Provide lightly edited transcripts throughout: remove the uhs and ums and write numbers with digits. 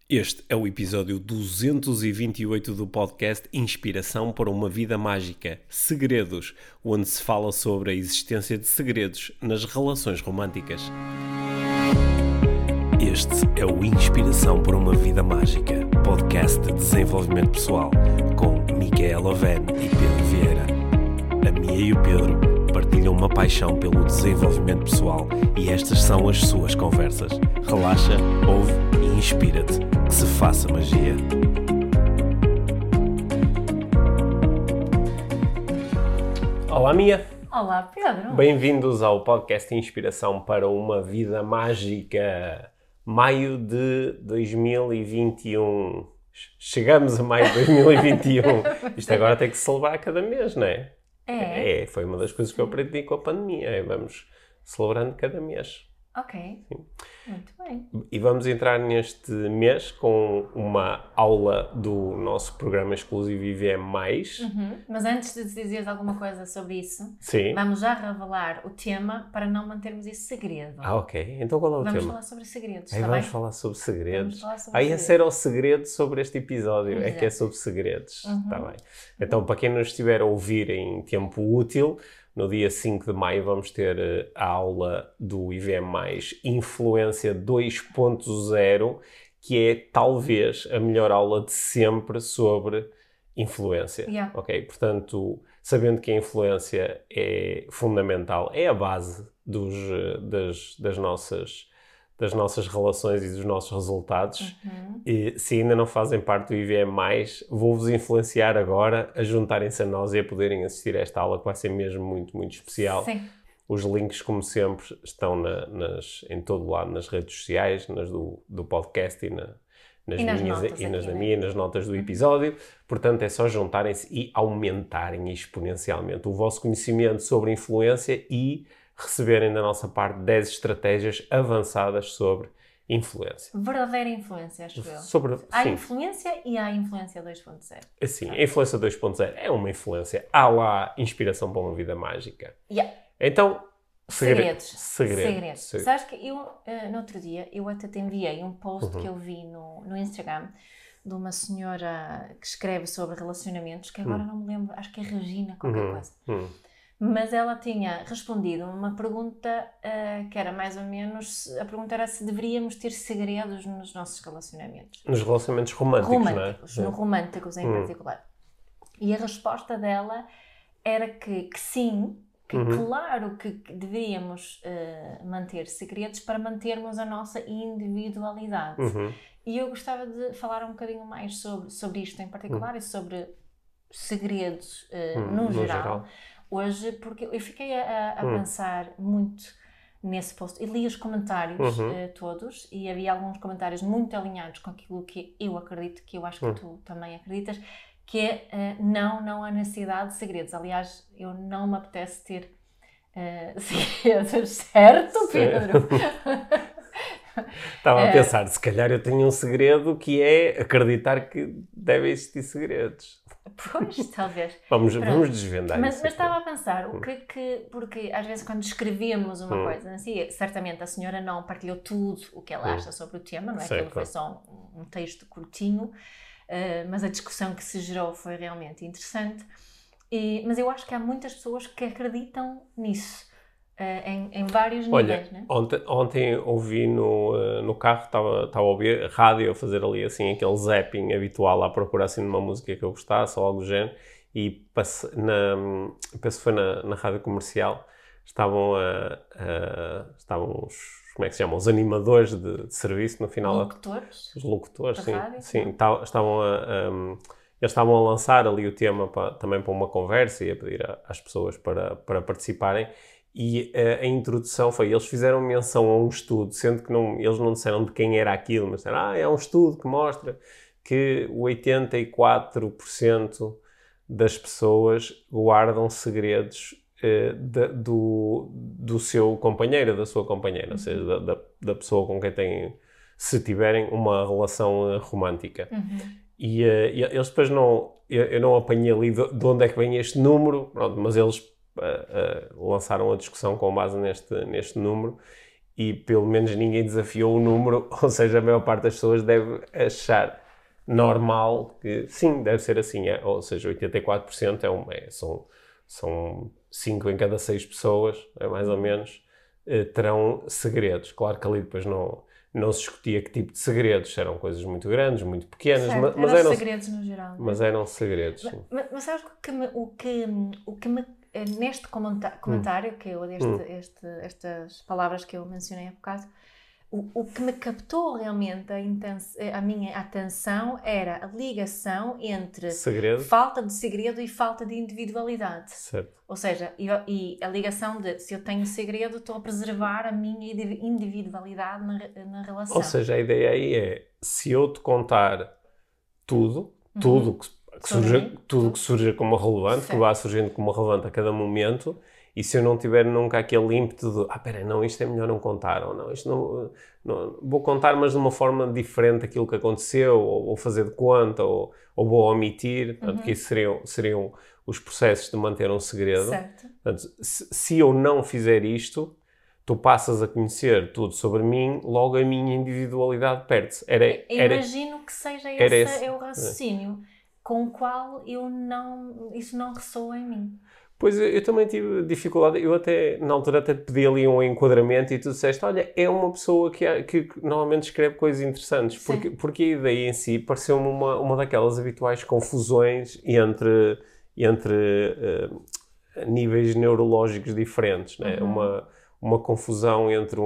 Este é o episódio 228 do podcast Inspiração para uma Vida Mágica, Segredos, onde se fala sobre a existência de segredos nas relações românticas. Este é o Inspiração para uma Vida Mágica, podcast de desenvolvimento pessoal, com Micaela Oven e Pedro Vieira. A Mia e o Pedro partilham uma paixão pelo desenvolvimento pessoal e estas são as suas conversas. Relaxa, ouve e inspira-te. Que se faça magia. Olá, Mia. Olá, Pedro. Bem-vindos ao podcast Inspiração para uma Vida Mágica. Maio de 2021. Chegamos a maio de 2021. Isto agora tem que se celebrar cada mês, não é? Foi uma das coisas que eu aprendi com a pandemia. Vamos celebrando cada mês. Ok, sim. Muito bem. E vamos entrar neste mês com uma aula do nosso programa exclusivo IVM+. Mas antes de dizeres alguma coisa sobre isso, sim, vamos já revelar o tema para não mantermos isso segredo. Ok. Então qual é o tema? Vamos falar sobre segredos, está vamos bem? falar sobre segredos. Segredos. Esse era o segredo sobre este episódio, Exato. É que é sobre segredos. Está bem. Então, para quem nos estiver a ouvir em tempo útil, no dia 5 de maio vamos ter a aula do IVM+, Influência 2.0, que é talvez a melhor aula de sempre sobre influência. Yeah. Ok? Portanto, sabendo que a influência é fundamental, é a base das nossas relações e dos nossos resultados. E se ainda não fazem parte do IVM+, vou-vos influenciar agora a juntarem-se a nós e a poderem assistir a esta aula, que vai ser mesmo muito, muito especial. Sim. Os links, como sempre, estão em todo lado, nas redes sociais, nas do podcast e nas minhas, nas notas do episódio. Portanto, é só juntarem-se e aumentarem exponencialmente o vosso conhecimento sobre influência e receberem da nossa parte 10 estratégias avançadas sobre influência. Verdadeira influência, acho eu. Há sim. Influência e há influência 2.0. Sim, a influência 2.0 é uma influência à lá inspiração para uma vida mágica. Yeah. Então, Segredos. Segredos. Sabes que eu, no outro dia, eu até te enviei um post que eu vi no Instagram de uma senhora que escreve sobre relacionamentos, que agora não me lembro, acho que é Regina, qualquer coisa. Mas ela tinha respondido uma pergunta que era mais ou menos, a pergunta era se deveríamos ter segredos nos nossos relacionamentos. Nos relacionamentos românticos, não é? Românticos em particular. E a resposta dela era que sim, que claro que deveríamos manter segredos para mantermos a nossa individualidade. E eu gostava de falar um bocadinho mais sobre isto em particular e sobre segredos no geral. Hoje, porque eu fiquei a pensar muito nesse post e li os comentários todos e havia alguns comentários muito alinhados com aquilo que eu acredito, que eu acho que tu também acreditas, que é não há necessidade de segredos. Aliás, eu não me apetece ter segredos, certo, Pedro? Estava a pensar, se calhar eu tenho um segredo que é acreditar que devem existir segredos. Pois, talvez. Vamos desvendar mas isso. Mas estava a pensar, porque às vezes quando escrevemos uma coisa assim, certamente a senhora não partilhou tudo o que ela acha sobre o tema, não é? Aquilo foi só um texto curtinho, mas a discussão que se gerou foi realmente interessante. Mas eu acho que há muitas pessoas que acreditam nisso, em vários níveis, né? Ontem ouvi no carro, estava a ouvir rádio, a fazer ali assim aquele zapping habitual à procura assim de uma música que eu gostasse ou algo do género, e penso que foi na rádio comercial, estavam os, como é que se chamam, os animadores de serviço no final. Locutores? Os locutores, sim. Rádio, sim. Eles estavam a lançar ali o tema também para uma conversa e a pedir às pessoas para participarem. E a introdução foi, eles fizeram menção a um estudo, sendo que eles não disseram de quem era aquilo, mas disseram, é um estudo que mostra que 84% das pessoas guardam segredos do seu companheiro, da sua companheira, ou seja, da pessoa com quem têm, se tiverem uma relação romântica. E eles depois eu não apanhei ali de onde é que vem este número, pronto, mas eles lançaram a discussão com base neste número e pelo menos ninguém desafiou o número, ou seja, a maior parte das pessoas deve achar normal que sim, deve ser assim, ou seja, 84% são 5 em cada 6 pessoas, mais ou menos, terão segredos. Claro que ali depois não se discutia que tipo de segredos, eram coisas muito grandes, muito pequenas, certo, mas eram segredos no geral. Mas eram segredos. Mas sabes o que me neste comentário que eu estas palavras que eu mencionei há bocado, o que me captou realmente a minha atenção era a ligação entre segredo, falta de segredo e falta de individualidade. Certo. Ou seja, e a ligação de se eu tenho segredo, estou a preservar a minha individualidade na relação. Ou seja, a ideia aí é, se eu te contar tudo que surja como relevante, certo, que vá surgindo como relevante a cada momento, e se eu não tiver nunca aquele ímpeto de peraí, não, isto é melhor não contar, ou não, isto não vou contar, mas de uma forma diferente daquilo que aconteceu, ou fazer de conta, ou vou omitir, portanto, que isso seriam os processos de manter um segredo. Certo. Portanto, se eu não fizer isto, tu passas a conhecer tudo sobre mim, logo a minha individualidade perde-se. Imagino que seja esse o raciocínio com o qual isso não ressoa em mim. Pois, eu também tive dificuldade, eu na altura até te pedi ali um enquadramento e tu disseste, olha, é uma pessoa que normalmente escreve coisas interessantes, porque a ideia em si pareceu-me uma daquelas habituais confusões entre níveis neurológicos diferentes, né? Uma confusão entre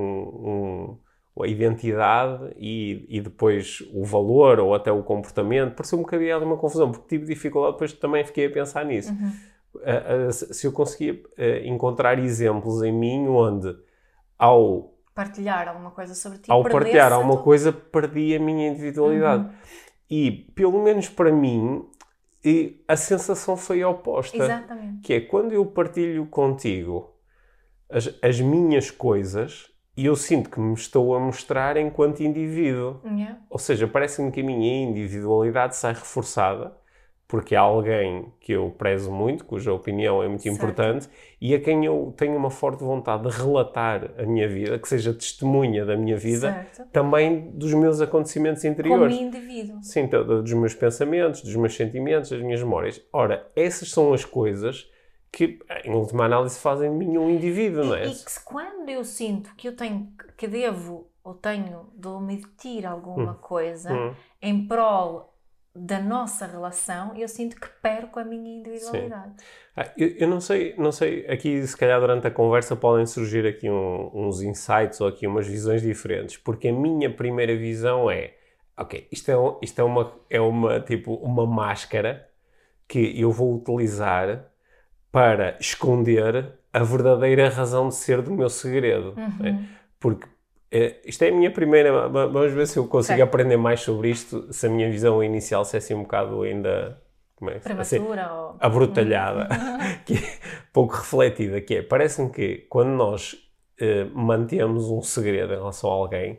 a identidade e depois o valor ou até o comportamento, pareceu-me que havia ali uma confusão, porque tive dificuldade, depois também fiquei a pensar nisso. Se eu conseguia encontrar exemplos em mim onde ao partilhar alguma coisa sobre ti, coisa, perdi a minha individualidade. E, pelo menos para mim, a sensação foi oposta. Exatamente. Que é, quando eu partilho contigo as minhas coisas, eu sinto que me estou a mostrar enquanto indivíduo. Yeah. Ou seja, parece-me que a minha individualidade sai reforçada, porque há alguém que eu prezo muito, cuja opinião é muito importante, e a quem eu tenho uma forte vontade de relatar a minha vida, que seja testemunha da minha vida, também dos meus acontecimentos interiores. Como indivíduo. Sim, dos meus pensamentos, dos meus sentimentos, das minhas memórias. Ora, essas são as coisas que, em última análise, fazem de mim um indivíduo, não é? E que quando eu sinto que devo ou tenho de omitir alguma coisa em prol da nossa relação, eu sinto que perco a minha individualidade. Eu não sei, aqui se calhar durante a conversa podem surgir aqui uns insights ou aqui umas visões diferentes, porque a minha primeira visão isto é uma máscara que eu vou utilizar para esconder a verdadeira razão de ser do meu segredo. Porque isto é a minha primeira... Vamos ver se eu consigo aprender mais sobre isto, se a minha visão inicial se é assim um bocado ainda... prematura ou... abrutalhada, que é pouco refletida, que é, parece-me que quando nós mantemos um segredo em relação a alguém,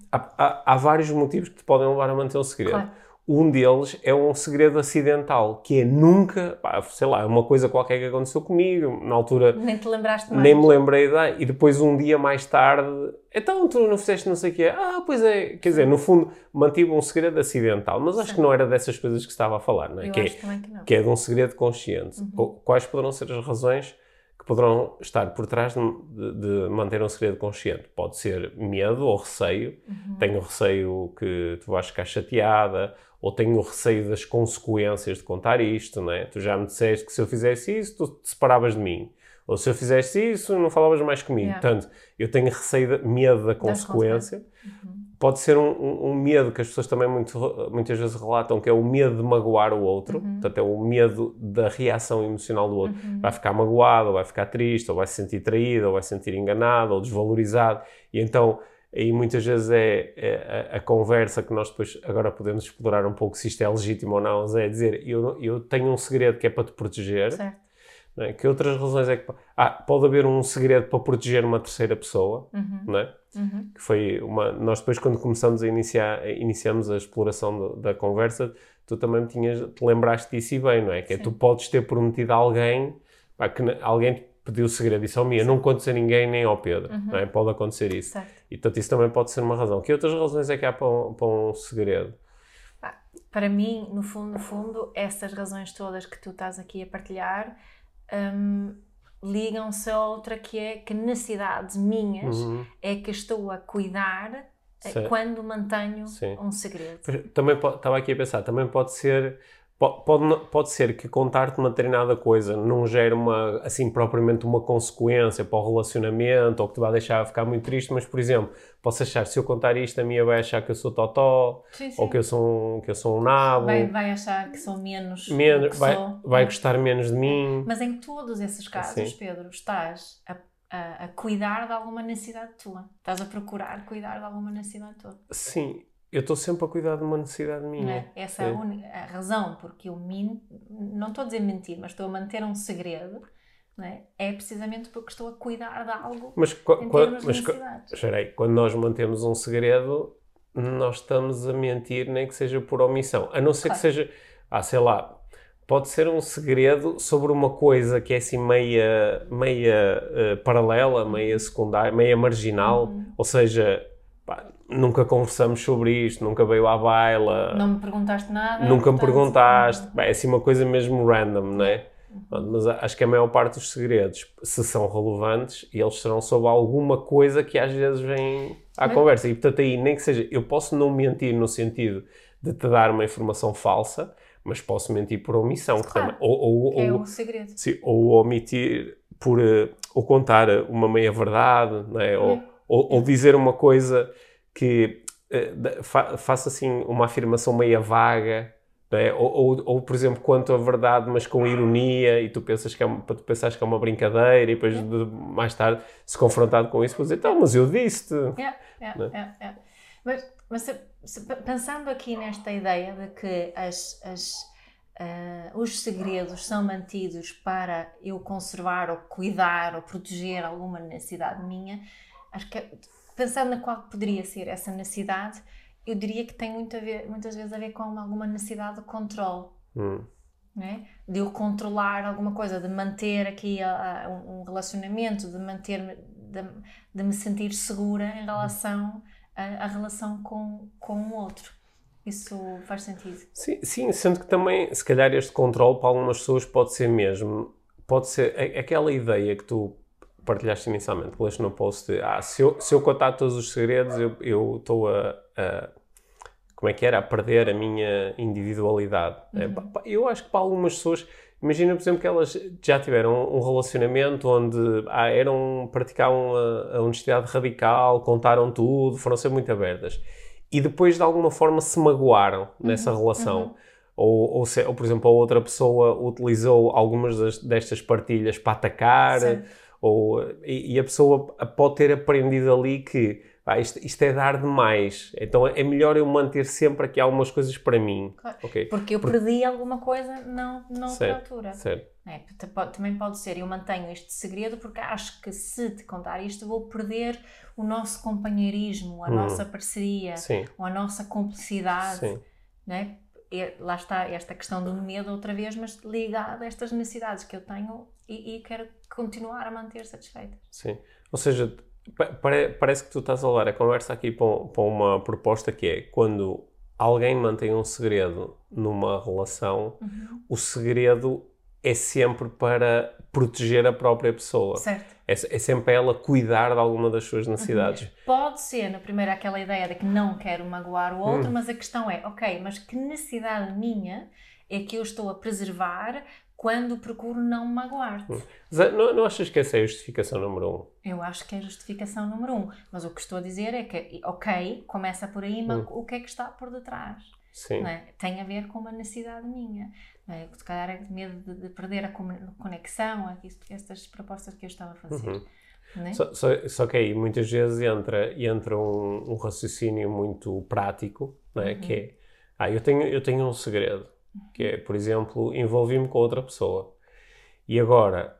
há vários motivos que te podem levar a manter um segredo. Claro. Um deles é um segredo acidental, que é nunca, uma coisa qualquer que aconteceu comigo, na altura... Nem te lembraste mais. Nem me lembrei, e depois um dia mais tarde, então tu não fizeste não sei o quê, pois é, quer dizer, no fundo, mantive um segredo acidental, mas acho que não era dessas coisas que estava a falar, não é? Eu acho também que não. Que é de um segredo consciente. Quais poderão ser as razões que poderão estar por trás de manter um segredo consciente? Pode ser medo ou receio. Tenho receio que tu vais ficar chateada, ou tenho receio das consequências de contar isto, não é? Tu já me disseste que se eu fizesse isso, tu te separavas de mim. Ou se eu fizesse isso, não falavas mais comigo. Portanto, eu tenho receio, medo da consequência. Pode ser um medo que as pessoas também muitas vezes relatam, que é o medo de magoar o outro. Portanto, é o medo da reação emocional do outro. Vai ficar magoado, ou vai ficar triste, ou vai se sentir traído, ou vai se sentir enganado, ou desvalorizado. E então... aí muitas vezes é a conversa que nós depois agora podemos explorar um pouco se isto é legítimo ou não, é dizer, eu tenho um segredo que é para te proteger. Certo. Não é? Que outras razões é que... pode haver um segredo para proteger uma terceira pessoa, não é? Que foi nós depois quando começamos iniciamos a exploração da conversa, tu também te lembraste disso e bem, não é? Que é, tu podes ter prometido a alguém, que alguém pediu o segredo, disse ao Mia, não contes a ninguém nem ao Pedro, não é? Pode acontecer isso. Certo. E portanto isso também pode ser uma razão. Que outras razões é que há para um segredo? Para mim, no fundo, essas razões todas que tu estás aqui a partilhar ligam-se a outra que é que necessidades minhas é que estou a cuidar quando mantenho um segredo. Também estava aqui a pensar, também pode ser que contar-te uma determinada coisa não gere assim, propriamente uma consequência para o relacionamento ou que te vai deixar ficar muito triste, mas, por exemplo, posso achar, se eu contar isto, a minha vai achar que eu sou totó, ou que eu sou um nabo. Vai achar que sou menos vai gostar menos de mim. Mas em todos esses casos, Pedro, estás a cuidar de alguma necessidade tua. Estás a procurar cuidar de alguma necessidade tua. Sim. Eu estou sempre a cuidar de uma necessidade minha. Essa é a razão porque eu não estou a dizer mentir, mas estou a manter um segredo, não é? É precisamente porque estou a cuidar de algo em termos de necessidades. Quando nós mantemos um segredo, nós estamos a mentir, nem que seja por omissão. A não ser que seja, sei lá, pode ser um segredo sobre uma coisa que é assim meia paralela, meia secundária, meia marginal, ou seja... nunca conversamos sobre isto, nunca veio à baila. Não me perguntaste nada. Nunca me perguntaste. É assim uma coisa mesmo random, não é? Mas acho que a maior parte dos segredos, se são relevantes, eles serão sobre alguma coisa que às vezes vem à conversa. E portanto aí, nem que seja, eu posso não mentir no sentido de te dar uma informação falsa, mas posso mentir por omissão. Claro, que é um segredo. Sim, ou omitir ou contar uma meia-verdade, não é? Ou dizer uma coisa que faça assim uma afirmação meia vaga, não é? ou, por exemplo, quanto a verdade, mas com ironia, e tu pensas para tu pensares que é uma brincadeira, e depois mais tarde, se confrontado com isso, dizer, então, mas eu disse-te. Mas pensando aqui nesta ideia de que os segredos são mantidos para eu conservar, ou cuidar, ou proteger alguma necessidade minha, acho que pensando na qual poderia ser essa necessidade, eu diria que tem muitas vezes a ver com alguma necessidade de controle. Não é? De eu controlar alguma coisa, de manter aqui um relacionamento, de me sentir segura em relação à relação com o outro. Isso faz sentido? Sim, sendo que também, se calhar, este controle para algumas pessoas pode ser aquela ideia que tu partilhaste inicialmente, que leste no post de, se eu contar todos os segredos, eu estou como é que era? A perder a minha individualidade. Eu acho que para algumas pessoas, imagina, por exemplo, que elas já tiveram um relacionamento onde praticavam a honestidade radical, contaram tudo, foram ser muito abertas. E depois, de alguma forma, se magoaram nessa relação. Ou, por exemplo, a outra pessoa utilizou algumas destas partilhas para atacar. E a pessoa pode ter aprendido ali que isto é dar demais, então é melhor eu manter sempre aqui algumas coisas para mim. Claro. Okay? Porque eu perdi alguma coisa noutra altura. Certo. Também pode ser, eu mantenho este segredo porque acho que se te contar isto vou perder o nosso companheirismo, a nossa parceria, ou a nossa cumplicidade. Não é? Lá está esta questão do medo outra vez, mas ligada a estas necessidades que eu tenho e quero continuar a manter satisfeita. Sim, ou seja, parece que tu estás a levar a conversa aqui para uma proposta que é, quando alguém mantém um segredo numa relação, o segredo é sempre para proteger a própria pessoa. Certo. É sempre ela cuidar de alguma das suas necessidades. Pode ser, no primeiro, aquela ideia de que não quero magoar o outro, mas a questão é, mas que necessidade minha é que eu estou a preservar quando procuro não me magoar? Não achas que essa é a justificação número 1? Eu acho que é a justificação número 1. Mas o que estou a dizer é que, começa por aí, mas o que é que está por detrás? Sim. Não é? Tem a ver com uma necessidade minha. Não é? Se calhar é medo de perder a conexão, estas propostas que eu estava a fazer. Não é? Só que aí muitas vezes entra um raciocínio muito prático, não é? Que é, eu tenho um segredo, que é, por exemplo, envolvi-me com outra pessoa e agora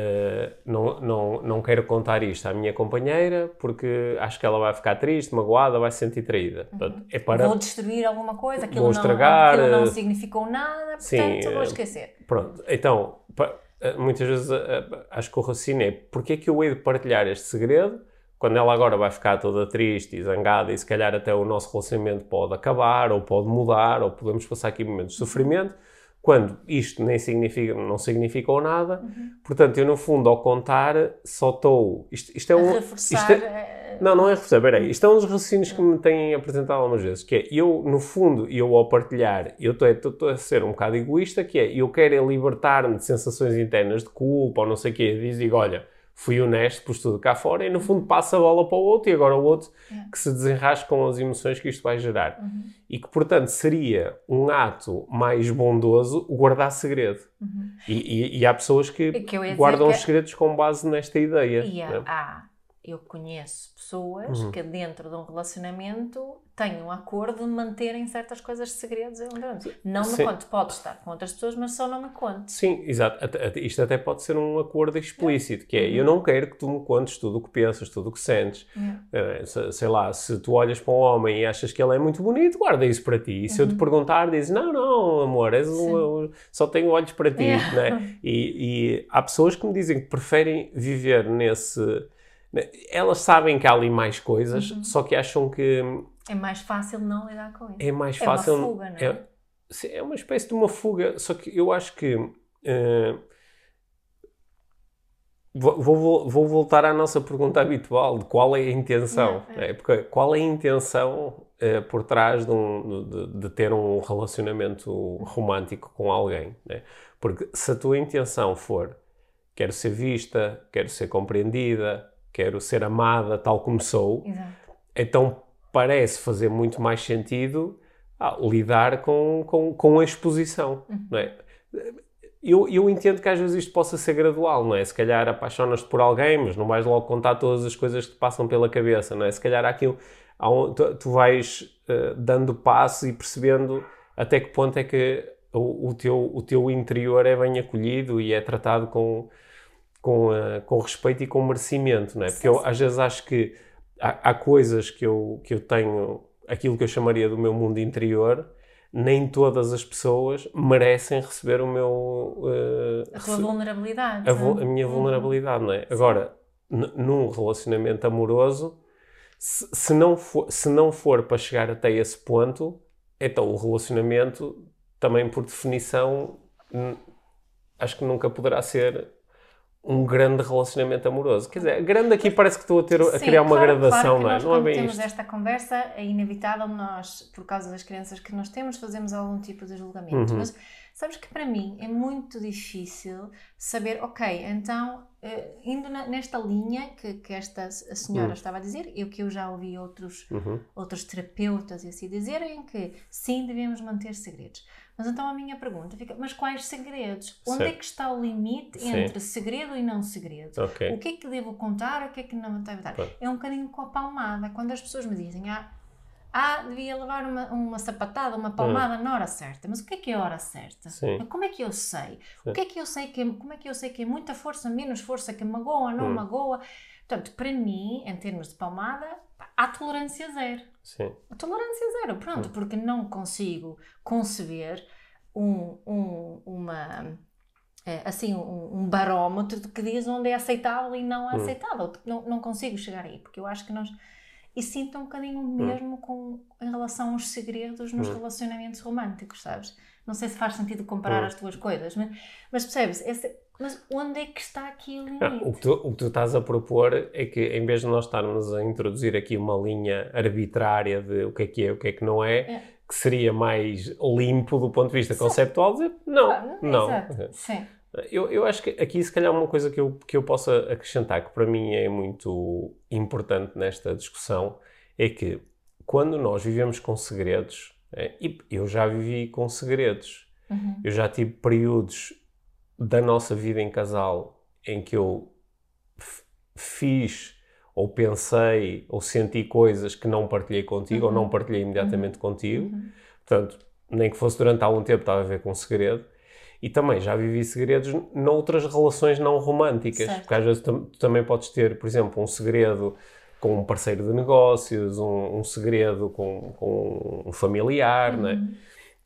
não quero contar isto à minha companheira porque acho que ela vai ficar triste, magoada, vai se sentir traída. Portanto, vou destruir alguma coisa, aquilo vou estragar, não significou nada, portanto vou esquecer. Pronto, então muitas vezes acho que o raciocínio é porque é que eu hei de partilhar este segredo quando ela agora vai ficar toda triste e zangada e se calhar até o nosso relacionamento pode acabar ou pode mudar ou podemos passar aqui momentos de sofrimento, quando isto não significou nada. Portanto, eu no fundo ao contar só estou... Isto é um... reforçar... Não é reforçar, peraí. Isto é um dos raciocínios que me têm apresentado algumas vezes, que é, eu no fundo, eu ao partilhar, eu estou a ser um bocado egoísta, que é, eu quero libertar-me de sensações internas de culpa ou não sei o quê, e digo, olha, fui honesto, pus tudo cá fora, e no fundo passa a bola para o outro, e agora o outro que se desenrasca com as emoções que isto vai gerar. E que, portanto, seria um ato mais bondoso guardar segredo. E há pessoas que guardam os segredos com base nesta ideia. Eu conheço pessoas que dentro de um relacionamento têm um acordo de manterem certas coisas de segredos. Não me conte, pode estar com outras pessoas, mas só não me conte. Sim, exato. Isto até pode ser um acordo explícito, que é, eu não quero que tu me contes tudo o que pensas, tudo o que sentes. Sei lá, se tu olhas para um homem e achas que ele é muito bonito, guarda isso para ti. E se eu te perguntar, dizes, não, amor, só tenho olhos para ti. Né? E há pessoas que me dizem que preferem viver nesse... Elas sabem que há ali mais coisas, só que acham que... É mais fácil não lidar com isso. É mais fácil... É uma fuga, não é? É uma espécie de uma fuga, só que eu acho que... Vou voltar à nossa pergunta habitual de qual é a intenção. Porque qual é a intenção por trás de ter um relacionamento romântico com alguém? Né? Porque se a tua intenção for quero ser vista, quero ser compreendida, quero ser amada tal como sou, então parece fazer muito mais sentido lidar com a exposição. Não é? Eu entendo que às vezes isto possa ser gradual, não é? Se calhar apaixonas-te por alguém, mas não vais logo contar todas as coisas que te passam pela cabeça, não é? Se calhar tu vais dando passos e percebendo até que ponto é que o teu interior é bem acolhido e é tratado com respeito e com merecimento, não é? Porque eu às vezes acho que há coisas que eu tenho, aquilo que eu chamaria do meu mundo interior, nem todas as pessoas merecem receber o meu... a tua vulnerabilidade. A minha vulnerabilidade, não é? Agora, num relacionamento amoroso, se não for para chegar até esse ponto, então o relacionamento, também por definição, acho que nunca poderá ser um grande relacionamento amoroso. Quer dizer, grande aqui parece que estou a criar uma gradação, não é? Nós, não é bem temos isto. Esta conversa, é inevitável nós, por causa das crenças que nós temos, fazemos algum tipo de julgamento. Mas sabes que para mim é muito difícil saber, ok, então, indo nesta linha que esta senhora estava a dizer, que eu já ouvi outros terapeutas e assim dizerem que sim, devemos manter segredos. Mas então a minha pergunta fica, mas quais segredos? Onde é que está o limite entre segredo e não segredo? O que é que devo contar, o que é que não devo contar? É um bocadinho com a palmada. Quando as pessoas me dizem, devia levar uma sapatada, uma palmada na hora certa. Mas o que é a hora certa? Como é que eu sei? Como é que eu sei que é muita força, menos força, que magoa, não magoa? Portanto, para mim, em termos de palmada, há tolerância zero. A tolerância zero, pronto, porque não consigo conceber um barómetro que diz onde é aceitável e não aceitável. Não consigo chegar aí, porque eu acho que nós... E sinto um bocadinho mesmo em relação aos segredos nos relacionamentos românticos, sabes? Não sei se faz sentido comparar as duas coisas, mas percebes? Mas onde é que está aqui o limite? O que tu estás a propor é que, em vez de nós estarmos a introduzir aqui uma linha arbitrária de o que é o que é que não é, que seria mais limpo do ponto de vista conceptual, dizer não. Exato, sim. Eu acho que aqui, se calhar, uma coisa que eu possa acrescentar, que para mim é muito importante nesta discussão, é que quando nós vivemos com segredos, e eu já vivi com segredos, eu já tive períodos da nossa vida em casal em que eu fiz ou pensei ou senti coisas que não partilhei contigo ou não partilhei imediatamente contigo. Portanto, nem que fosse durante algum tempo, estava a ver com segredo. E também já vivi segredos noutras relações não românticas. Certo. Porque às vezes tu também podes ter, por exemplo, um segredo com um parceiro de negócios, um segredo com um familiar, não é?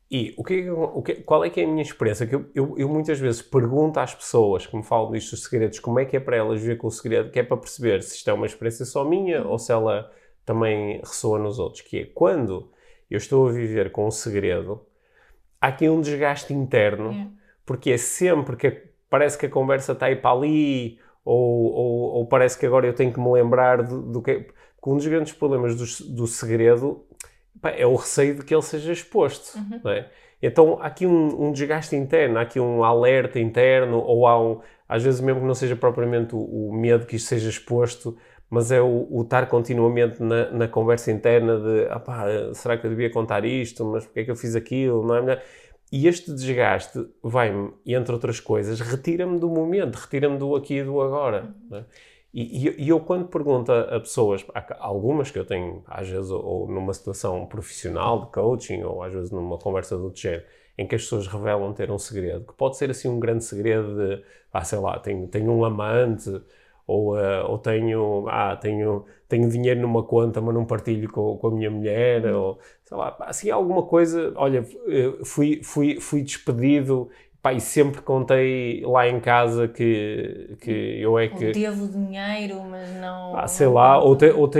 E qual é que é a minha experiência? Que eu muitas vezes pergunto às pessoas que me falam disto dos segredos, como é que é para elas viver com o segredo, que é para perceber se isto é uma experiência só minha ou se ela também ressoa nos outros. Que é, quando eu estou a viver com um segredo, há aqui um desgaste interno, porque é sempre que parece que a conversa está a ir para ali, ou parece que agora eu tenho que me lembrar do que... Porque um dos grandes problemas do segredo é o receio de que ele seja exposto, não é? Então há aqui um desgaste interno, há aqui um alerta interno, ou às vezes mesmo que não seja propriamente o medo que isto seja exposto, mas é o estar continuamente na conversa interna de será que eu devia contar isto, mas porque é que eu fiz aquilo, não é? E este desgaste vai-me, entre outras coisas, retira-me do momento, retira-me do aqui e do agora, não é? E eu quando pergunto a pessoas, algumas que eu tenho, às vezes, ou numa situação profissional de coaching, ou às vezes numa conversa do género, em que as pessoas revelam ter um segredo, que pode ser assim um grande segredo de, sei lá, tenho um amante, ou tenho dinheiro numa conta, mas não partilho com a minha mulher, ou sei lá, assim alguma coisa, olha, fui despedido. Pá, e sempre contei lá em casa que eu é que... devo dinheiro, mas não... sei lá, ou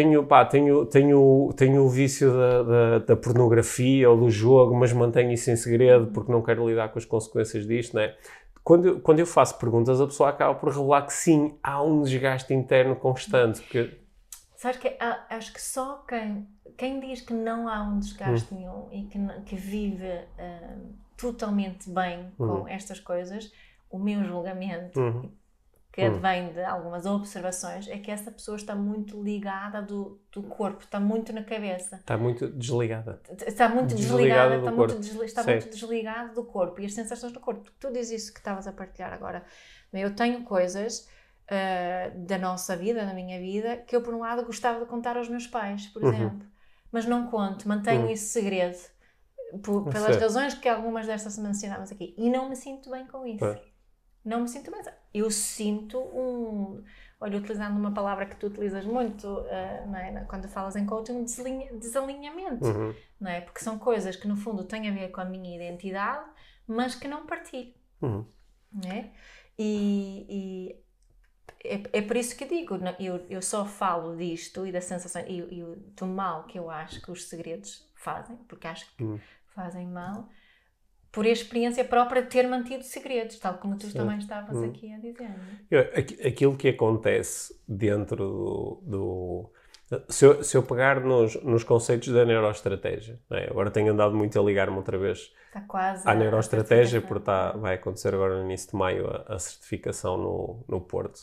tenho o vício da pornografia ou do jogo, mas mantenho isso em segredo porque não quero lidar com as consequências disto, não é? Quando eu faço perguntas, a pessoa acaba por revelar que sim, há um desgaste interno constante. Porque... Sabes que acho que só quem diz que não há um desgaste nenhum e que vive... totalmente bem com estas coisas, o meu julgamento, que advém de algumas observações, é que essa pessoa está muito ligada do corpo, está muito na cabeça. Está muito desligada. Está muito desligada está muito desligada do corpo e as sensações do corpo. Tu dizes isso que estavas a partilhar agora. Eu tenho coisas da nossa vida, da minha vida, que eu, por um lado, gostava de contar aos meus pais, por exemplo, mas não conto, mantenho esse segredo. Pelas razões que algumas destas mencionámos aqui. E não me sinto bem com isso. Não me sinto bem. Eu sinto olha, utilizando uma palavra que tu utilizas muito, não é? Quando falas em coaching, desalinhamento. Não é? Porque são coisas que, no fundo, têm a ver com a minha identidade, mas que não partilho. Não é? E é por isso que digo, eu só falo disto e da sensação e do mal que eu acho que os segredos fazem, porque acho que fazem mal, por experiência própria de ter mantido segredos, tal como tu também estavas aqui a dizer. Aquilo que acontece dentro do se eu pegar nos conceitos da neuroestratégia, não é? Agora tenho andado muito a ligar-me outra vez à neuroestratégia, porque vai acontecer agora no início de maio a certificação no Porto.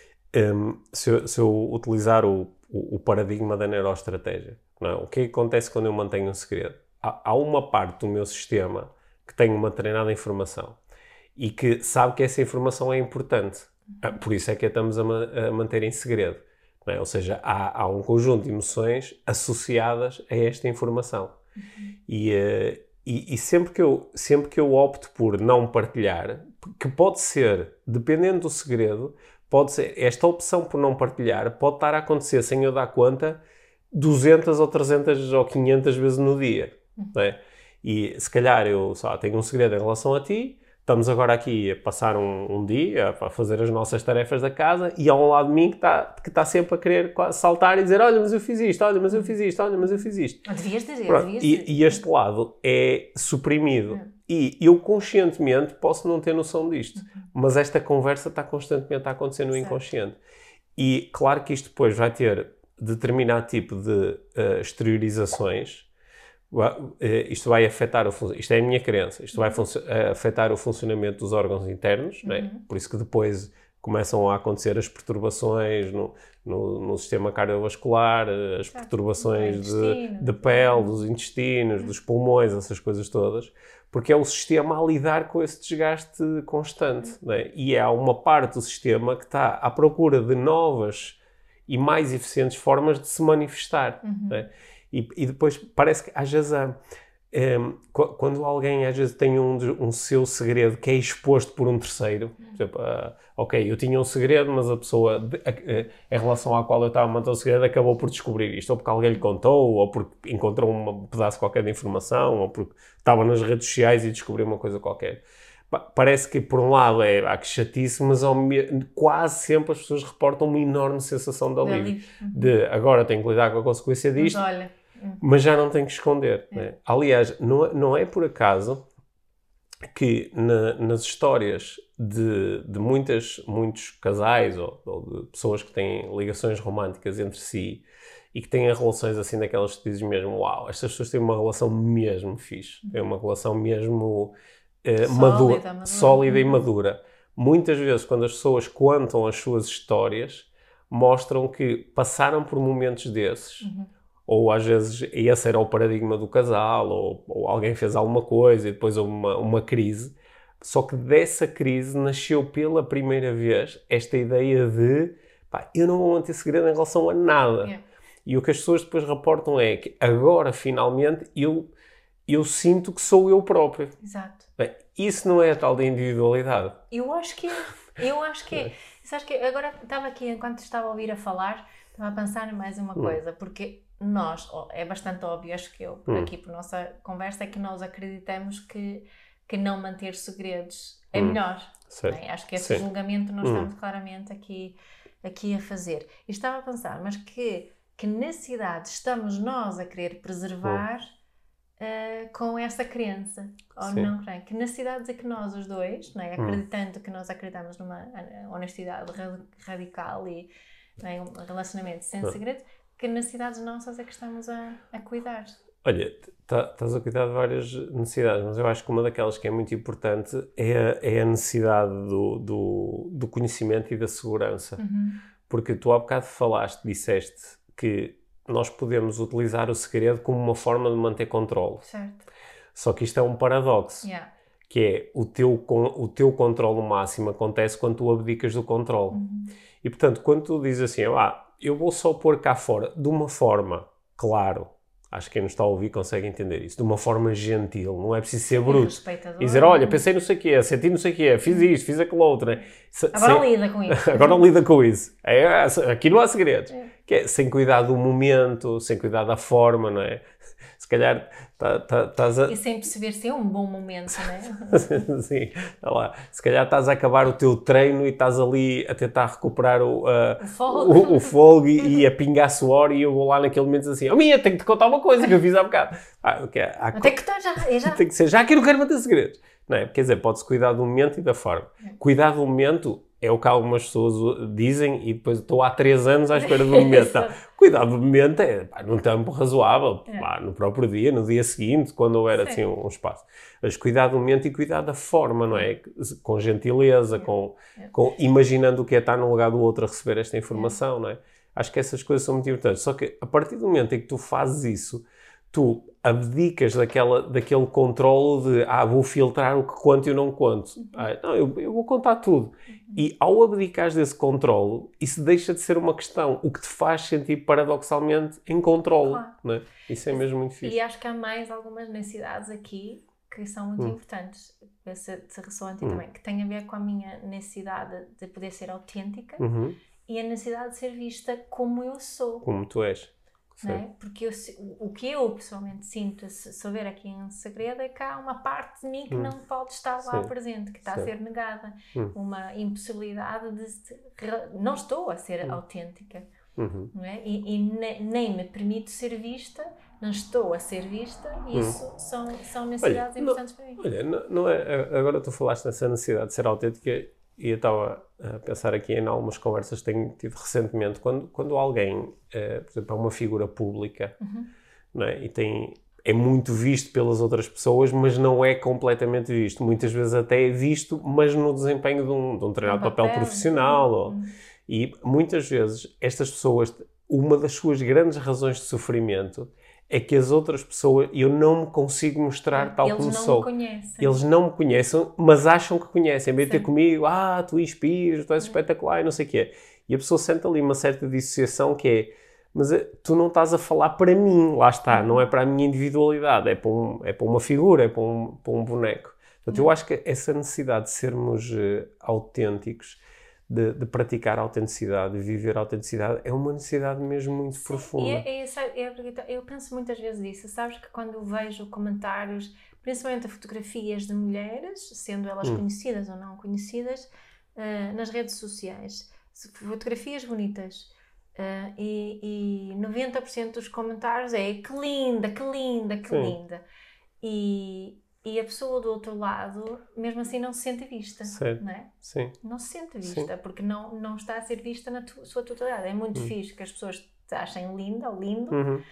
Se eu utilizar o paradigma da neuroestratégia, não é? O que acontece quando eu mantenho um segredo? Há uma parte do meu sistema que tem uma treinada informação e que sabe que essa informação é importante. Por isso é que a estamos a manter em segredo. Não é? Ou seja, há um conjunto de emoções associadas a esta informação. E sempre que eu opto por não partilhar, que pode ser, dependendo do segredo, pode ser, esta opção por não partilhar pode estar a acontecer sem eu dar conta 200 ou 300 ou 500 vezes no dia. Não é? E se calhar eu tenho um segredo em relação a ti, estamos agora aqui a passar um dia a fazer as nossas tarefas da casa e há um lado de mim que está sempre a querer saltar e dizer olha, mas eu fiz isto, olha, mas eu fiz isto, olha, mas eu fiz isto. Devias dizer, e este lado é suprimido. E eu conscientemente posso não ter noção disto, mas esta conversa está constantemente a acontecer no inconsciente. E claro que isto depois vai ter determinado tipo de exteriorizações. Isto vai afetar isto é a minha crença, isto vai afetar o funcionamento dos órgãos internos, não é? Por isso que depois começam a acontecer as perturbações no sistema cardiovascular, as perturbações de pele, dos intestinos, dos pulmões, essas coisas todas, porque é o sistema a lidar com esse desgaste constante, não é? E há uma parte do sistema que está à procura de novas e mais eficientes formas de se manifestar, não é? E depois parece que às vezes quando alguém às vezes tem um seu segredo que é exposto por um terceiro, por exemplo, ok, eu tinha um segredo, mas a pessoa em relação à qual eu estava a manter o segredo acabou por descobrir isto, ou porque alguém lhe contou, ou porque encontrou um pedaço qualquer de informação, ou porque estava nas redes sociais e descobriu uma coisa qualquer. Parece que por um lado há que chatice, mas quase sempre as pessoas reportam uma enorme sensação de alívio. De agora tenho que lidar com a consequência disto. Mas olha... Mas já não tenho que esconder. Né? Aliás, não é por acaso que nas histórias de muitos casais ou de pessoas que têm ligações românticas entre si e que têm relações assim daquelas que dizem mesmo, uau, estas pessoas têm uma relação mesmo fixe, têm uma relação mesmo sólida e madura. Muitas vezes, quando as pessoas contam as suas histórias, mostram que passaram por momentos desses. Ou às vezes esse era o paradigma do casal, ou alguém fez alguma coisa e depois houve uma crise. Só que dessa crise nasceu pela primeira vez esta ideia de eu não vou manter segredo em relação a nada. E o que as pessoas depois reportam é que agora finalmente eu sinto que sou eu próprio. Exato. Bem, isso não é a tal da individualidade. Eu acho que é. Sabes que agora estava aqui, enquanto estava a ouvir a falar, estava a pensar em mais uma coisa, porque nós, é bastante óbvio, acho que eu, aqui por nossa conversa, é que nós acreditamos que não manter segredos é melhor. Né? Acho que esse julgamento nós estamos claramente aqui a fazer. E estava a pensar, mas que necessidade estamos nós a querer preservar com essa crença? Ou não, que necessidades é que nós os dois, né, acreditando que nós acreditamos numa honestidade radical e um relacionamento sem segredos, que necessidades nossas é que estamos a cuidar? Olha, estás a cuidar de várias necessidades, mas eu acho que uma daquelas que é muito importante é a necessidade do conhecimento e da segurança. Porque tu há bocado disseste que nós podemos utilizar o segredo como uma forma de manter controle. Certo. Só que isto é um paradoxo. Que é o teu controle máximo acontece quando tu abdicas do controle. E portanto, quando tu dizes assim, eu vou só pôr cá fora de uma forma, claro, acho que quem nos está a ouvir consegue entender isso, de uma forma gentil, não é preciso ser bruto. E dizer, olha, pensei não sei o quê, senti não sei o quê, fiz isto, fiz aquilo outro. Né? Agora lida com isso. Agora lida com isso. Aqui não há segredos. Que é sem cuidar do momento, sem cuidar da forma, não é? Se calhar estás a... E sem perceber se é um bom momento, não é? Sim, olha lá. Se calhar estás a acabar o teu treino e estás ali a tentar recuperar o fogo e a pingar suor e eu vou lá naquele momento assim, minha, tenho que te contar uma coisa que eu fiz há bocado. Tem que estar já. Tem que ser já que eu não quero manter segredos. Não é? Quer dizer, pode-se cuidar do momento e da forma. Cuidar do momento é o que algumas pessoas dizem e depois estou há 3 anos à espera do momento. Tá. Cuidar do momento é num tempo razoável, no próprio dia, no dia seguinte, quando houver assim um espaço. Mas cuidar do momento e cuidar da forma, não é? Com gentileza, imaginando o que é estar no lugar do outro a receber esta informação, não é? Acho que essas coisas são muito importantes. Só que a partir do momento em que tu fazes isso, tu abdicas daquele controle de vou filtrar o que conto e o não conto. Não, eu vou contar tudo. E ao abdicares desse controle, isso deixa de ser uma questão, o que te faz sentir paradoxalmente em controle. Claro. Não é? Isso é mesmo muito difícil. E acho que há mais algumas necessidades aqui que são muito importantes, se ressoa a ti também, que tem a ver com a minha necessidade de poder ser autêntica e a necessidade de ser vista como eu sou. Como tu és. Não é? Porque o que eu pessoalmente sinto, se houver aqui um segredo, é que há uma parte de mim que não pode estar lá presente, que está a ser negada. Uma impossibilidade não estou a ser autêntica. Não é? E nem me permito ser vista, não estou a ser vista, e isso são necessidades importantes para mim. Olha, não é, agora tu falaste nessa necessidade de ser autêntica e eu estava a pensar aqui em algumas conversas que tenho tido recentemente, quando alguém, por exemplo, é uma figura pública, não é? E é muito visto pelas outras pessoas, mas não é completamente visto. Muitas vezes até é visto, mas no desempenho de um determinado papel profissional. E muitas vezes estas pessoas, uma das suas grandes razões de sofrimento é que as outras pessoas, eu não me consigo mostrar tal como sou. Eles não me conhecem, mas acham que conhecem. Em vez de ter comigo, tu inspiras, tu és espetacular e não sei o quê. E a pessoa sente ali uma certa dissociação que é, mas tu não estás a falar para mim, lá está, não é para a minha individualidade, é para uma figura, é para um boneco. Portanto, eu acho que essa necessidade de sermos autênticos, de praticar a autenticidade, de viver a autenticidade, é uma necessidade mesmo muito profunda. Eu penso muitas vezes nisso. Sabes que quando eu vejo comentários, principalmente a fotografias de mulheres, sendo elas conhecidas ou não conhecidas, nas redes sociais, fotografias bonitas, e 90% dos comentários é que linda, que linda, que linda. E a pessoa do outro lado, mesmo assim, não se sente vista, não é? Sim. Não se sente vista, porque não está a ser vista na sua totalidade. É muito fixe que as pessoas te achem linda ou lindo,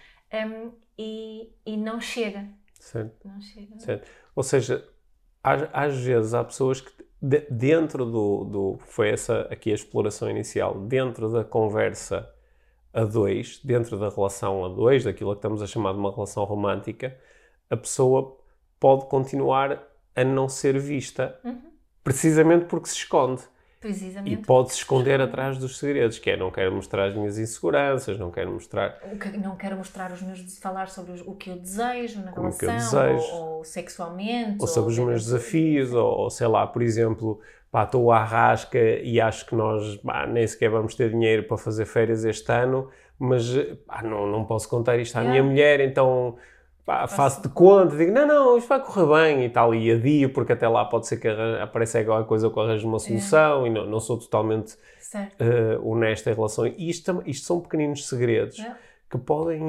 e não chega. Certo. Não chega. Certo. Ou seja, às vezes há pessoas que dentro foi essa aqui a exploração inicial, dentro da conversa a dois, dentro da relação a dois, daquilo que estamos a chamar de uma relação romântica, a pessoa pode continuar a não ser vista, precisamente porque se esconde. E pode-se esconder atrás dos segredos, que é, não quero mostrar as minhas inseguranças, não quero mostrar... Não quero mostrar os meus... falar sobre o que eu desejo na relação, ou sexualmente. Ou sobre os meus desafios, ou sei lá, por exemplo, estou à rasca e acho que nós nem sequer vamos ter dinheiro para fazer férias este ano, mas não posso contar isto à minha mulher, então... faço de conta, digo, não, isto vai correr bem e tal, e adio, porque até lá pode ser que apareça alguma coisa que eu arranjo uma solução, e não sou totalmente honesto em relação a isto. Isto são pequeninos segredos que podem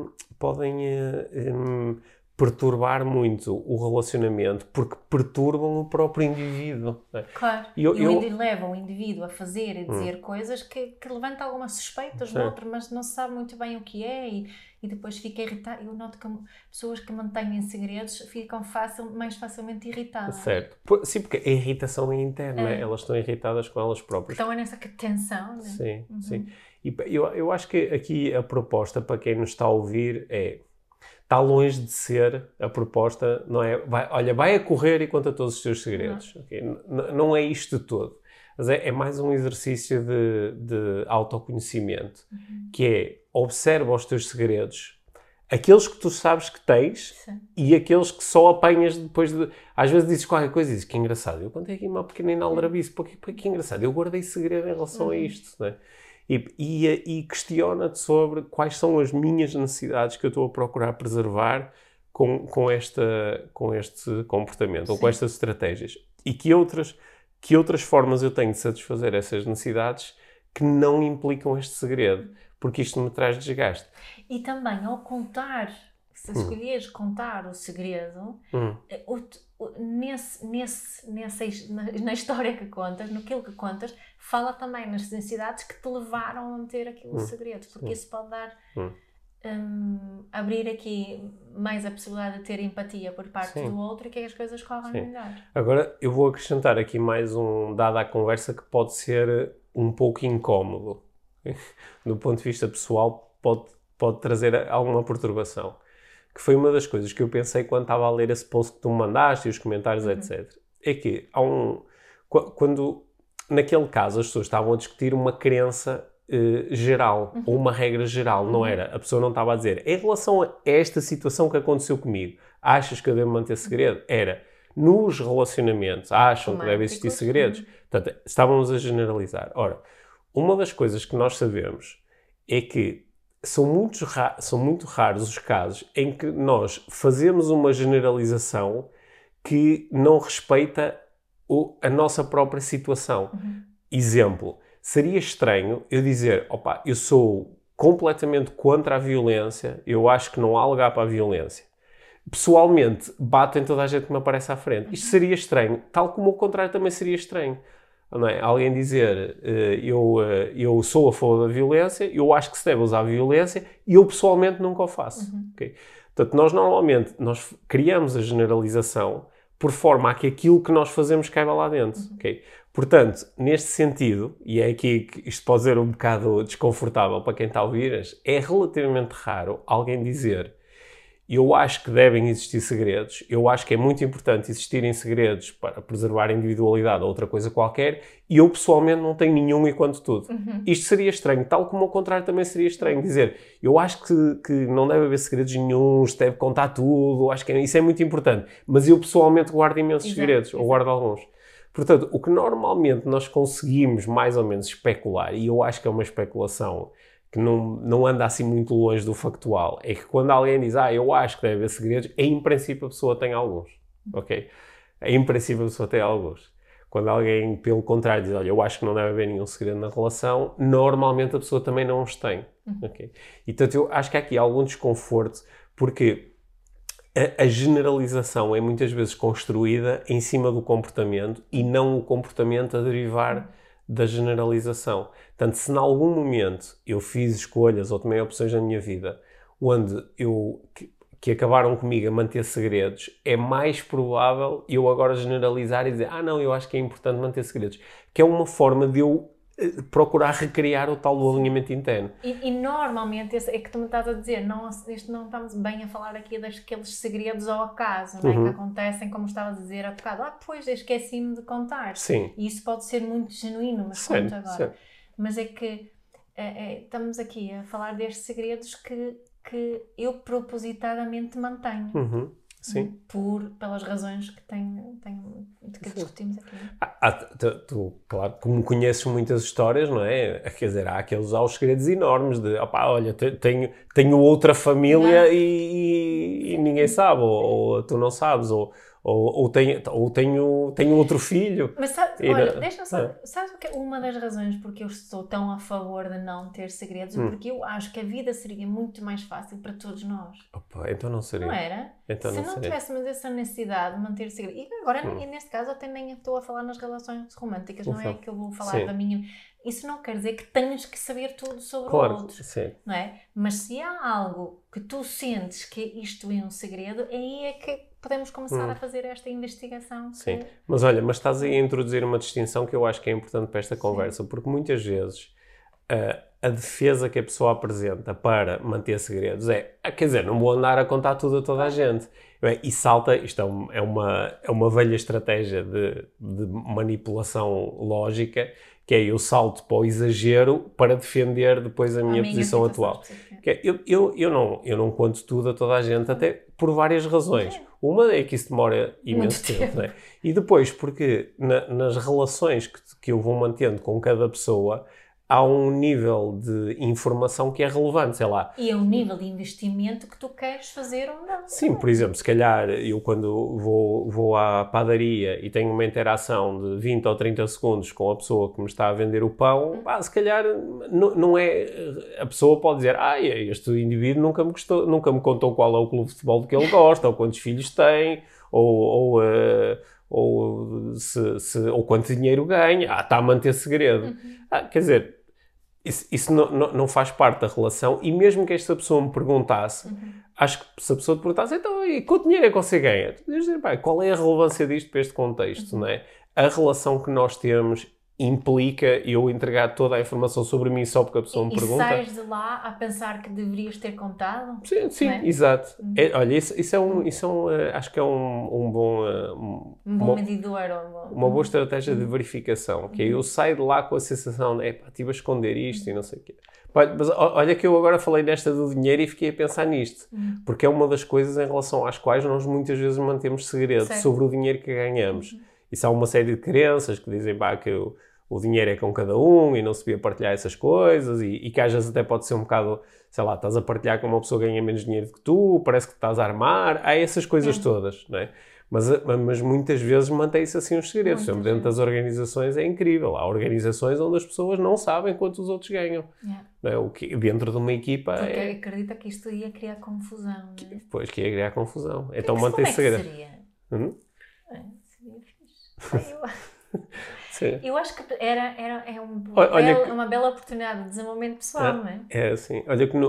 perturbar muito o relacionamento, porque perturbam o próprio indivíduo. Claro, levam o indivíduo a fazer e dizer coisas que levantam algumas suspeitas no outro, mas não se sabe muito bem o que é, e depois fica irritado. Eu noto que pessoas que mantêm segredos ficam mais facilmente irritadas. Certo. Sim, porque a irritação é interna, elas estão irritadas com elas próprias. Estão nessa tensão, né? Sim, sim. E eu acho que aqui a proposta para quem nos está a ouvir está longe de ser a proposta, não é? Vai a correr e conta todos os teus segredos. Okay? Não é isto todo. Mas é mais um exercício de autoconhecimento, que é, observa os teus segredos, aqueles que tu sabes que tens e aqueles que só apanhas depois de... Às vezes dizes qualquer coisa e dizes, que engraçado, eu contei aqui uma pequenina aldrabice, que engraçado, eu guardei segredo em relação a isto, não é? E questiona-te sobre quais são as minhas necessidades que eu estou a procurar preservar com este comportamento, ou com estas estratégias. E que outras formas eu tenho de satisfazer essas necessidades que não implicam este segredo, porque isto me traz desgaste. E também, ao contar, se escolheres contar o segredo, na história que contas, naquilo que contas, fala também nas necessidades que te levaram a meter aquele segredo, porque isso pode dar... abrir aqui mais a possibilidade de ter empatia por parte do outro e que as coisas corram melhor. Agora, eu vou acrescentar aqui mais um dado à conversa que pode ser um pouco incómodo. Do ponto de vista pessoal, pode trazer alguma perturbação. Que foi uma das coisas que eu pensei quando estava a ler esse post que tu me mandaste e os comentários, etc. É que quando, naquele caso, as pessoas estavam a discutir uma crença geral, ou uma regra geral, não era? A pessoa não estava a dizer, em relação a esta situação que aconteceu comigo, achas que eu devo manter segredo? Era, nos relacionamentos, acham que devem existir segredos? Portanto, estávamos a generalizar. Ora, uma das coisas que nós sabemos é que são muito raros os casos em que nós fazemos uma generalização que não respeita a nossa própria situação. Exemplo, seria estranho eu dizer, eu sou completamente contra a violência, eu acho que não há lugar para a violência. Pessoalmente, bato em toda a gente que me aparece à frente. Isto seria estranho, tal como o contrário também seria estranho. Não é? Alguém dizer, eu sou a favor da violência, eu acho que se deve usar a violência e eu pessoalmente nunca o faço. Okay? Portanto, nós criamos a generalização por forma a que aquilo que nós fazemos caiba lá dentro. Okay? Portanto, neste sentido, e é aqui que isto pode ser um bocado desconfortável para quem está a ouvir, é relativamente raro alguém dizer Eu acho que devem existir segredos. Eu acho que é muito importante existirem segredos para preservar a individualidade ou outra coisa qualquer. E eu, pessoalmente, não tenho nenhum enquanto tudo. Isto seria estranho. Tal como ao contrário também seria estranho. Dizer, eu acho que não deve haver segredos nenhuns, deve contar tudo. Acho que isso é muito importante. Mas eu, pessoalmente, guardo imensos segredos. Ou guardo alguns. Portanto, o que normalmente nós conseguimos mais ou menos especular, e eu acho que é uma especulação que não anda assim muito longe do factual, é que quando alguém diz, eu acho que deve haver segredos, em princípio a pessoa tem alguns, ok? Em princípio a pessoa tem alguns. Quando alguém, pelo contrário, diz, olha, eu acho que não deve haver nenhum segredo na relação, normalmente a pessoa também não os tem, ok? E, portanto, eu acho que há aqui algum desconforto, porque a generalização é muitas vezes construída em cima do comportamento e não o comportamento a derivar da generalização. Portanto, se em algum momento eu fiz escolhas ou tomei opções na minha vida onde que acabaram comigo a manter segredos, é mais provável eu agora generalizar e dizer não, eu acho que é importante manter segredos. Que é uma forma de eu procurar recriar o tal do alinhamento interno. E normalmente, é que tu me estás a dizer, não estamos bem a falar aqui daqueles segredos ao acaso, não é? Que acontecem, como estavas a dizer há bocado. Pois, esqueci-me de contar. Sim. E isso pode ser muito genuíno, mas conto agora. Mas é que estamos aqui a falar destes segredos que eu propositadamente mantenho. Sim. Pelas razões que que discutimos aqui. Tu, claro, como conheces muitas histórias, não é? Quer dizer, há os segredos enormes de, olha, tenho outra família e ninguém sabe, ou tu não sabes, ou tenho outro filho. Mas deixa-me só, sabes o que é uma das razões porque eu estou tão a favor de não ter segredos? Porque eu acho que a vida seria muito mais fácil para todos nós. Então não seria. Não era? Então se não tivéssemos essa necessidade de manter segredos. E agora, neste caso, eu também estou a falar nas relações românticas, não é que eu vou falar da minha... Isso não quer dizer que tenhas que saber tudo sobre o outro, não é? Mas se há algo que tu sentes que isto é um segredo, aí é que podemos começar a fazer esta investigação. Sim, mas olha, estás aí a introduzir uma distinção que eu acho que é importante para esta conversa, porque muitas vezes a defesa que a pessoa apresenta para manter segredos quer dizer, não vou andar a contar tudo a toda a gente. E isto é uma velha estratégia de manipulação lógica, que é eu salto para o exagero para defender depois a minha posição atual. Eu não conto tudo a toda a gente, até por várias razões. Uma é que isso demora imenso tempo. Não é? E depois, porque nas relações que eu vou mantendo com cada pessoa, há um nível de informação que é relevante, sei lá. E é um nível de investimento que tu queres fazer ou não. Sim, por exemplo, se calhar eu quando vou à padaria e tenho uma interação de 20 ou 30 segundos com a pessoa que me está a vender o pão, se calhar não é... A pessoa pode dizer, este indivíduo nunca me contou qual é o clube de futebol que ele gosta, ou quantos filhos tem, ou quanto dinheiro ganha. Está a manter segredo. Quer dizer... Isso não faz parte da relação, e mesmo que esta pessoa me perguntasse, acho que se a pessoa te perguntasse, então, e quanto dinheiro é que você ganha? Tu deves dizer, qual é a relevância disto para este contexto, não é? A relação que nós temos implica eu entregar toda a informação sobre mim só porque a pessoa me pergunta. E sais de lá a pensar que deverias ter contado? Sim, exato. Olha, isso acho que é um bom medidor. Uma boa estratégia de verificação, que eu saio de lá com a sensação de, estive a esconder isto e não sei o quê. Mas olha que eu agora falei nesta do dinheiro e fiquei a pensar nisto, porque é uma das coisas em relação às quais nós muitas vezes mantemos segredo sobre o dinheiro que ganhamos. Isso há uma série de crenças que dizem que o dinheiro é com cada um e não se devia partilhar essas coisas, e que às vezes até pode ser um bocado, sei lá, estás a partilhar com uma pessoa que ganha menos dinheiro que tu, parece que estás a armar, há essas coisas todas, não é? Mas muitas vezes mantém-se assim os segredos. Dentro das organizações é incrível. Há organizações onde as pessoas não sabem quanto os outros ganham. Não é? O que, dentro de uma equipa... Porque acredita que isto ia criar confusão, não é? Pois, que ia criar confusão. Então mantém-se segredo. Seria fixe. Sim. Eu acho que é uma bela oportunidade de desenvolvimento pessoal, não é? É assim. Olha que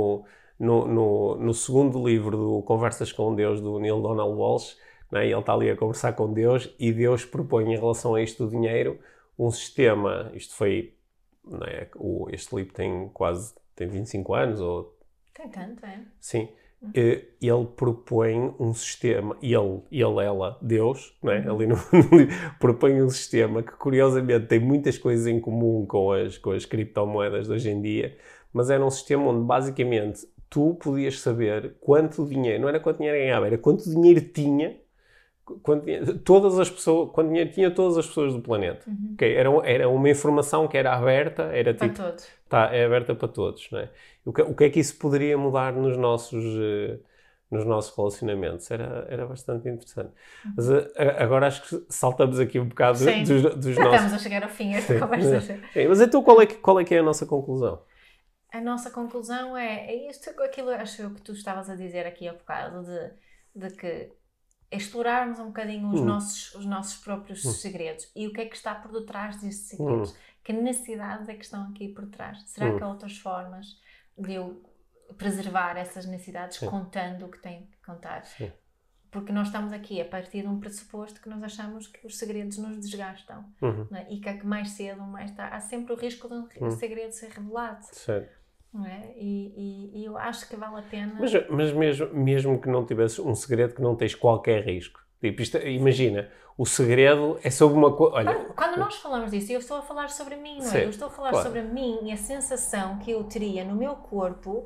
no segundo livro do Conversas com Deus, do Neil Donald Walsh, não é? Ele está ali a conversar com Deus e Deus propõe em relação a isto do dinheiro um sistema. Isto foi... Não é? Este livro tem 25 anos. Tem tanto, é? Sim. ele propõe um sistema, ela, Deus, não é? Ali no propõe um sistema que curiosamente tem muitas coisas em comum com as criptomoedas de hoje em dia, mas era um sistema onde basicamente tu podias saber quanto dinheiro, não era quanto dinheiro ganhava, era quanto dinheiro tinha quanto dinheiro tinha todas as pessoas do planeta. Okay? Era uma informação que era aberta, era para tipo, todos. É aberta para todos, não é? O que é que isso poderia mudar nos nossos relacionamentos? Era bastante interessante. Mas agora acho que saltamos aqui um bocado dos nossos... Estamos a chegar ao fim desta conversa. Sim, mas então qual é que é a nossa conclusão? A nossa conclusão é aquilo acho eu que tu estavas a dizer aqui há bocado, de que explorarmos um bocadinho os nossos próprios segredos e o que é que está por detrás destes segredos. Que necessidades é que estão aqui por trás? Será que há outras formas de eu preservar essas necessidades contando o que tenho que contar? Sim. Porque nós estamos aqui a partir de um pressuposto que nós achamos que os segredos nos desgastam. Não é? E que mais cedo ou mais tarde há sempre o risco de um segredo ser revelado. Certo. Não é? E eu acho que vale a pena... Mas mesmo que não tivesses um segredo, que não tens qualquer risco. Tipo, imagina, o segredo é sobre uma coisa... Quando nós falamos disso, eu estou a falar sobre mim, não é? Eu estou a falar sobre mim e a sensação que eu teria no meu corpo,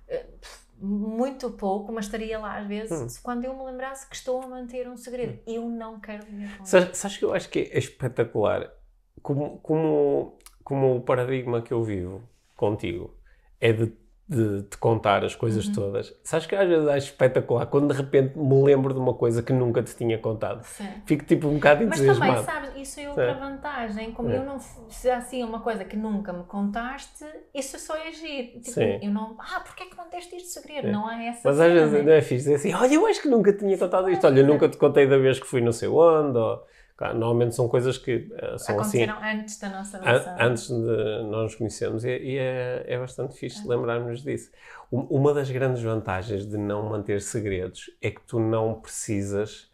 muito pouco, mas estaria lá às vezes, quando eu me lembrasse que estou a manter um segredo. Eu não quero viver com isso. Sabes que eu acho que é espetacular como o paradigma que eu vivo contigo é de te contar as coisas todas. Sabes que às vezes acho espetacular quando de repente me lembro de uma coisa que nunca te tinha contado. Sim. Fico tipo um bocado entusiasmado. Mas também, sabes, isso é outra vantagem. Como eu não... Se assim uma coisa que nunca me contaste, isso só é giro. Tipo, eu não... porquê é que manteste isto segredo? Não há essa Mas às vezes não é fixe dizer assim, olha, eu acho que nunca tinha contado isto. Olha, nunca te contei da vez que fui não sei onde, ou... Claro, normalmente são coisas que são aconteceram assim... antes da nossa relação. Antes de nós nos conhecermos. E é bastante fixe lembrarmos disso. Uma das grandes vantagens de não manter segredos é que tu não precisas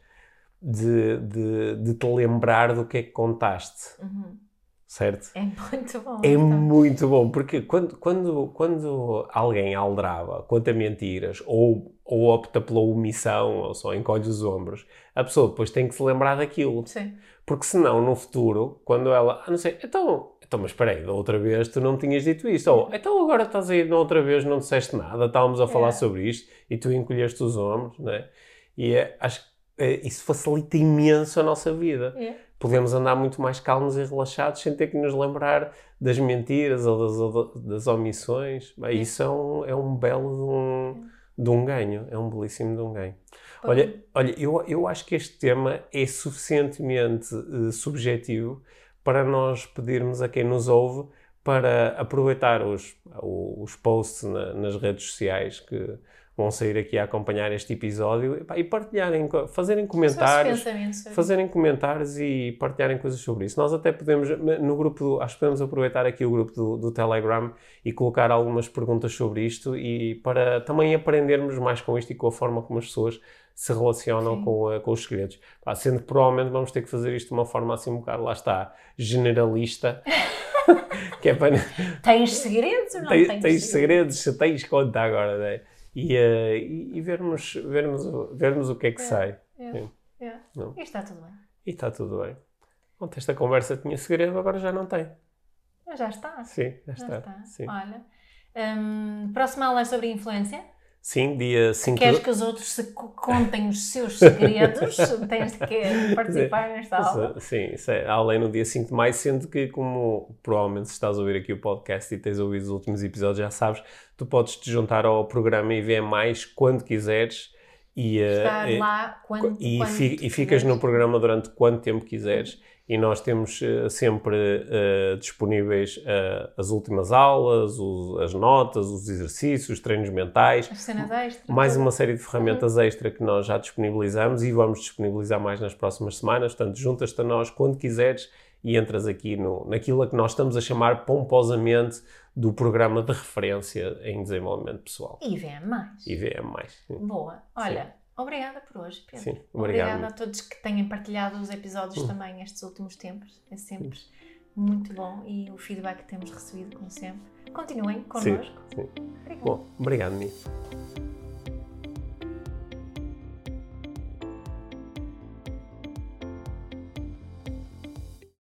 de te lembrar do que é que contaste. Certo? É muito bom. É muito bom, porque quando alguém aldraba, conta mentiras ou opta pela omissão ou só encolhe os ombros, a pessoa depois tem que se lembrar daquilo. Sim. Porque senão, no futuro, quando ela... não sei, então mas espera aí, da outra vez tu não tinhas dito isto. Ou, então agora estás aí, da outra vez não disseste nada, estávamos a falar sobre isto e tu encolheste os ombros, não é? E acho que isso facilita imenso a nossa vida. Podemos andar muito mais calmos e relaxados sem ter que nos lembrar das mentiras ou das omissões. Isso é um belo de um ganho. É um belíssimo de um ganho. Olha, eu acho que este tema é suficientemente subjetivo para nós pedirmos a quem nos ouve para aproveitar os posts nas redes sociais que vão sair aqui a acompanhar este episódio e partilharem, fazerem comentários e partilharem coisas sobre isso. Nós até podemos, no grupo, acho que podemos aproveitar aqui o grupo do Telegram e colocar algumas perguntas sobre isto e para também aprendermos mais com isto e com a forma como as pessoas se relacionam com os segredos. Sendo que provavelmente vamos ter que fazer isto de uma forma assim um bocado, lá está, generalista. Que é para... Tens segredos ou não tens segredos? Se tens, conta agora, não é? E vermos o que é que sai. E está tudo bem. E está tudo bem. Ontem esta conversa tinha segredo, agora já não tem. Mas já está. Sim, já está. Sim. Olha, próxima aula é sobre influência. Sim, dia 5 Queres que os outros contem os seus segredos? Tens de participar nesta aula. Sim, isso é a aula é no dia 5 de maio, sendo que, como provavelmente se estás a ouvir aqui o podcast e tens ouvido os últimos episódios, já sabes, tu podes te juntar ao programa IVM+, quando quiseres. Estar lá quando e ficas no programa durante quanto tempo quiseres. E nós temos sempre disponíveis as últimas aulas, as notas, os exercícios, os treinos mentais. As cenas extra. Mais uma série de ferramentas extra que nós já disponibilizamos e vamos disponibilizar mais nas próximas semanas. Portanto, juntas-te a nós quando quiseres e entras aqui naquilo a que nós estamos a chamar pomposamente do programa de referência em desenvolvimento pessoal. IVM+. Boa. Olha... Sim. Obrigada por hoje, Pedro. Sim, obrigada a todos que tenham partilhado os episódios também estes últimos tempos. É sempre muito bom e o feedback que temos recebido, como sempre. Continuem connosco. Sim. Bom, obrigado, Mi.